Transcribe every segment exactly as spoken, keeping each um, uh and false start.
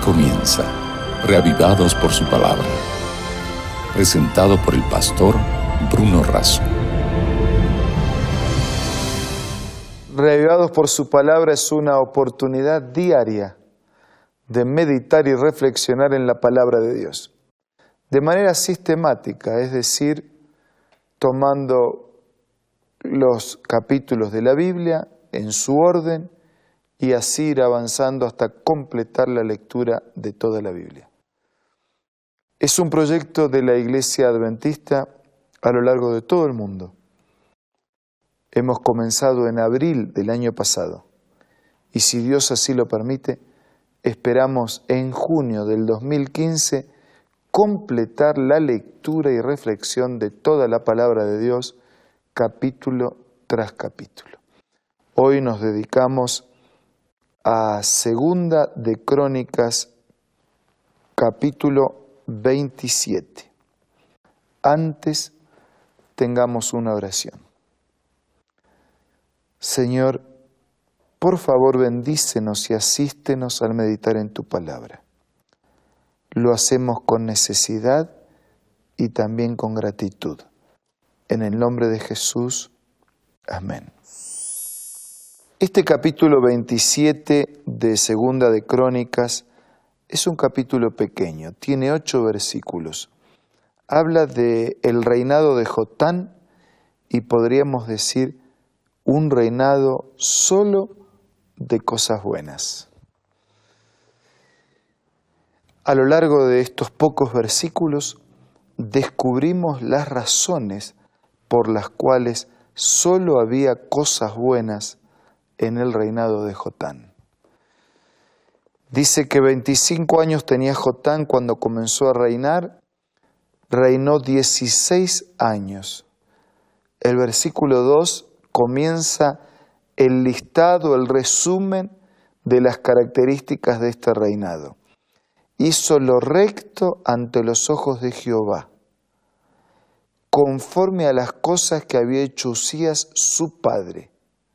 comienza, reavivados por su palabra. Presentado por el pastor Bruno Razo. Reavivados por su palabra es una oportunidad diaria de meditar y reflexionar en la palabra de Dios. De manera sistemática, es decir, tomando los capítulos de la Biblia en su orden y así ir avanzando hasta completar la lectura de toda la Biblia. Es un proyecto de la Iglesia Adventista a lo largo de todo el mundo. Hemos comenzado en abril del año pasado y si Dios así lo permite, esperamos en junio del dos mil quince completar la lectura y reflexión de toda la palabra de Dios, capítulo tras capítulo. Hoy nos dedicamos a Segunda de Crónicas, capítulo veintisiete. Antes tengamos una oración. Señor, por favor bendícenos y asístenos al meditar en tu palabra. Lo hacemos con necesidad y también con gratitud. En el nombre de Jesús, amén. Este capítulo veintisiete de Segunda de Crónicas es un capítulo pequeño, tiene ocho versículos. Habla de el reinado de Jotán y podríamos decir un reinado solo de cosas buenas. A lo largo de estos pocos versículos descubrimos las razones por las cuales solo había cosas buenas en el reinado de Jotán. Dice que veinticinco años tenía Jotán cuando comenzó a reinar, reinó dieciséis años. El versículo dos comienza el listado, el resumen de las características de este reinado. Hizo lo recto ante los ojos de Jehová, conforme a las cosas que había hecho Uzías su padre.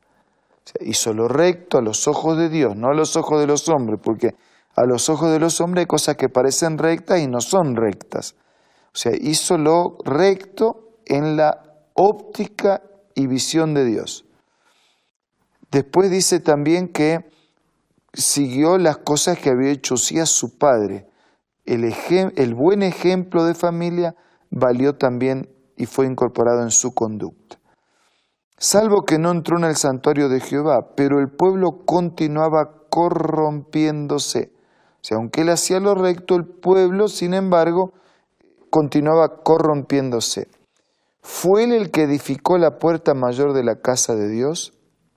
O sea, hizo lo recto a los ojos de Dios, no a los ojos de los hombres, porque a los ojos de los hombres hay cosas que parecen rectas y no son rectas. O sea, hizo lo recto en la óptica y visión de Dios. Después dice también que siguió las cosas que había hecho Uzías su padre. El, ejem- el buen ejemplo de familia valió también y fue incorporado en su conducta. Salvo que no entró en el santuario de Jehová, pero el pueblo continuaba corrompiéndose. O sea, aunque él hacía lo recto, el pueblo, sin embargo, continuaba corrompiéndose. ¿Fue él el que edificó la puerta mayor de la casa de Dios?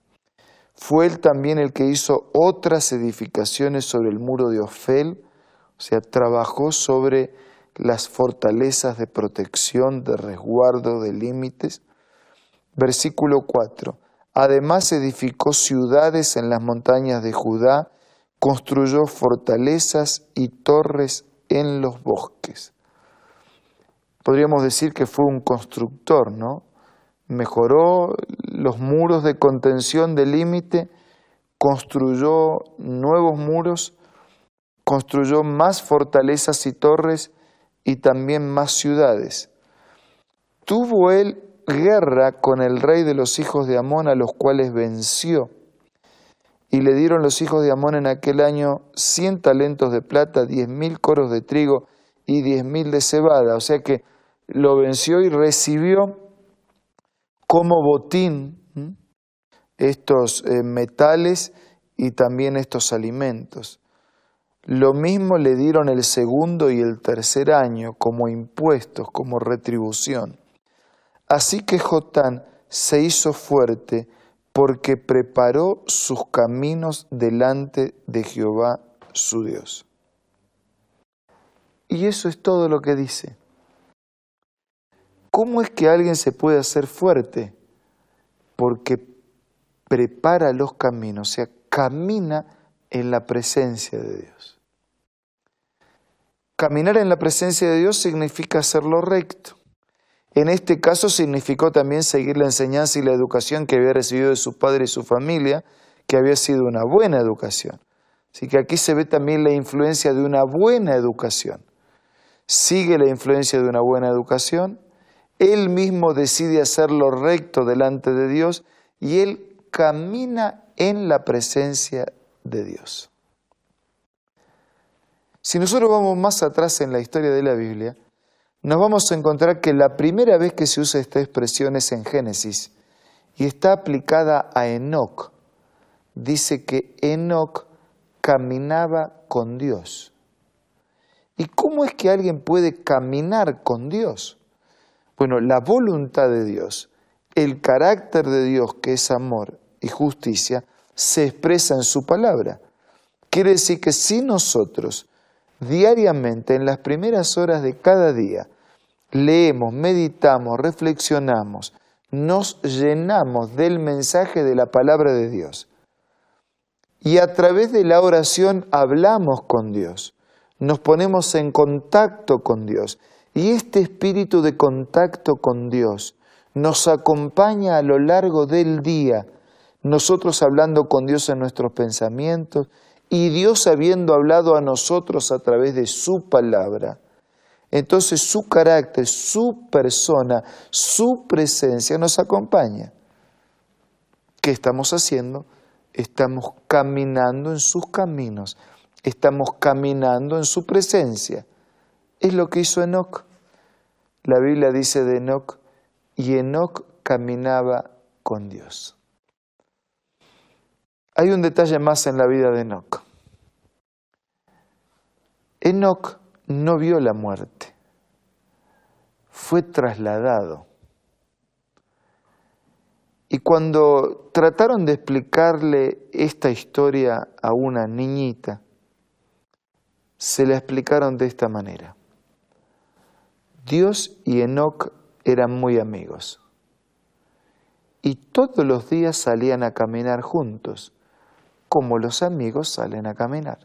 ¿Fue él también el que hizo otras edificaciones sobre el muro de Ofel? O sea, trabajó sobre las fortalezas de protección, de resguardo, de límites. Versículo cuatro. Además edificó ciudades en las montañas de Judá, construyó fortalezas y torres en los bosques. Podríamos decir que fue un constructor, ¿no? Mejoró los muros de contención de límite, construyó nuevos muros, construyó más fortalezas y torres y también más ciudades. Tuvo él guerra con el rey de los hijos de Amón, a los cuales venció. Y le dieron los hijos de Amón en aquel año cien talentos de plata, diez mil coros de trigo y diez mil de cebada. O sea que lo venció y recibió como botín ¿m? estos eh, metales y también estos alimentos. Lo mismo le dieron el segundo y el tercer año como impuestos, como retribución. Así que Jotán se hizo fuerte porque preparó sus caminos delante de Jehová su Dios. Y eso es todo lo que dice. ¿Cómo es que alguien se puede hacer fuerte? Porque prepara los caminos, o sea, camina en la presencia de Dios. Caminar en la presencia de Dios significa hacer lo recto. En este caso significó también seguir la enseñanza y la educación que había recibido de su padre y su familia, que había sido una buena educación. Así que aquí se ve también la influencia de una buena educación. Sigue la influencia de una buena educación, él mismo decide hacer lo recto delante de Dios y él camina en la presencia de Dios. Si nosotros vamos más atrás en la historia de la Biblia, nos vamos a encontrar que la primera vez que se usa esta expresión es en Génesis y está aplicada a Enoc. Dice que Enoc caminaba con Dios. ¿Y cómo es que alguien puede caminar con Dios? Bueno, la voluntad de Dios, el carácter de Dios, que es amor y justicia, se expresa en su palabra. Quiere decir que si nosotros diariamente, en las primeras horas de cada día, leemos, meditamos, reflexionamos, nos llenamos del mensaje de la palabra de Dios y a través de la oración hablamos con Dios, nos ponemos en contacto con Dios y este espíritu de contacto con Dios nos acompaña a lo largo del día, nosotros hablando con Dios en nuestros pensamientos y Dios habiendo hablado a nosotros a través de su palabra. Entonces su carácter, su persona, su presencia nos acompaña. ¿Qué estamos haciendo? Estamos caminando en sus caminos, estamos caminando en su presencia. Es lo que hizo Enoc. La Biblia dice de Enoc, y Enoc caminaba con Dios. Hay un detalle más en la vida de Enoc. Enoc no vio la muerte, fue trasladado. Y cuando trataron de explicarle esta historia a una niñita, se la explicaron de esta manera. Dios y Enoc eran muy amigos y todos los días salían a caminar juntos, como los amigos salen a caminar.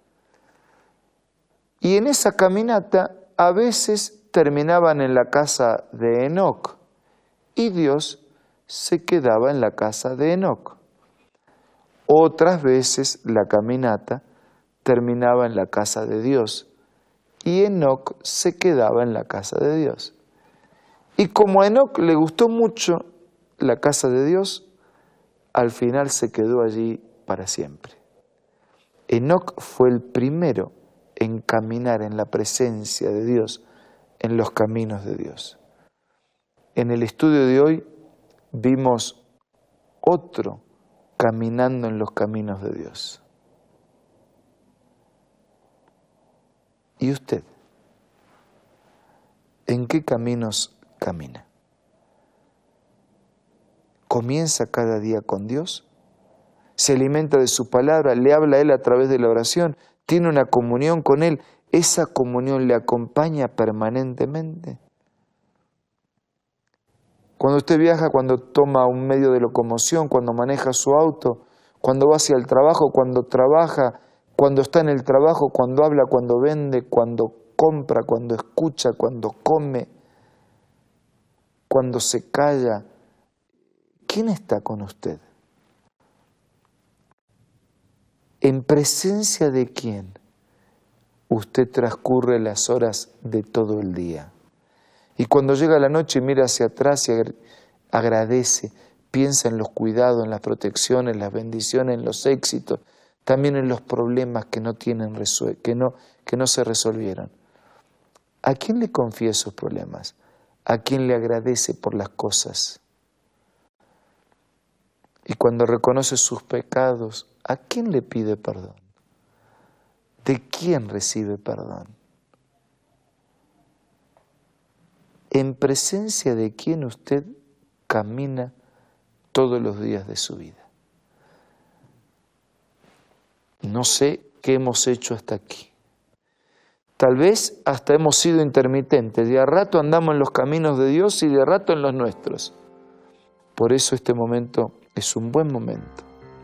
Y en esa caminata a veces terminaban en la casa de Enoc y Dios se quedaba en la casa de Enoc. Otras veces la caminata terminaba en la casa de Dios y Enoc se quedaba en la casa de Dios. Y como a Enoc le gustó mucho la casa de Dios, al final se quedó allí para siempre. Enoc fue el primero en caminar en la presencia de Dios, en los caminos de Dios. En el estudio de hoy vimos otro caminando en los caminos de Dios. ¿Y usted? ¿En qué caminos camina? ¿Comienza cada día con Dios? ¿Se alimenta de su palabra? ¿Le habla a Él a través de la oración? ¿Tiene una comunión con Él? ¿Esa comunión le acompaña permanentemente? Cuando usted viaja, cuando toma un medio de locomoción, cuando maneja su auto, cuando va hacia el trabajo, cuando trabaja, cuando está en el trabajo, cuando habla, cuando vende, cuando compra, cuando escucha, cuando come, cuando se calla, ¿quién está con usted? ¿En presencia de quién usted transcurre las horas de todo el día? Y cuando llega la noche mira hacia atrás y agradece, piensa en los cuidados, en las protecciones, en las bendiciones, en los éxitos, también en los problemas que no tienen resuel- que no, que no se resolvieron. ¿A quién le confía esos problemas? ¿A quién le agradece por las cosas? Y cuando reconoce sus pecados, ¿a quién le pide perdón? ¿De quién recibe perdón? ¿En presencia de quién usted camina todos los días de su vida? No sé qué hemos hecho hasta aquí. Tal vez hasta hemos sido intermitentes. De a rato andamos en los caminos de Dios y de a rato en los nuestros. Por eso este momento es un buen momento.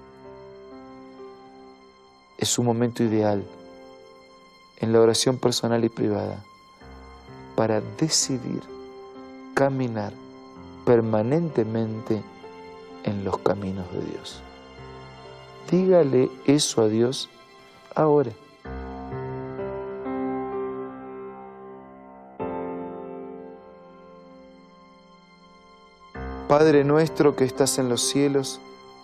Es un momento ideal en la oración personal y privada para decidir caminar permanentemente en los caminos de Dios. Dígale eso a Dios ahora. Padre nuestro que estás en los cielos,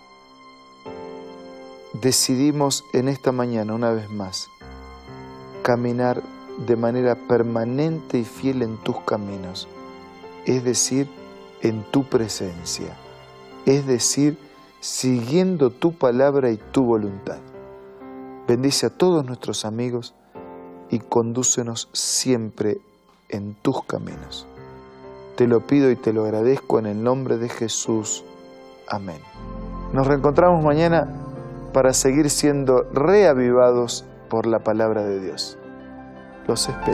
decidimos en esta mañana una vez más caminar de manera permanente y fiel en tus caminos, es decir, en tu presencia, es decir, siguiendo tu palabra y tu voluntad. Bendice a todos nuestros amigos y condúcenos siempre en tus caminos. Te lo pido y te lo agradezco en el nombre de Jesús. Amén. Nos reencontramos mañana para seguir siendo reavivados por la palabra de Dios. Los espero.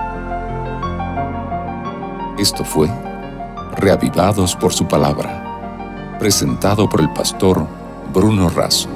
Esto fue Reavivados por su palabra, presentado por el pastor Bruno Razo.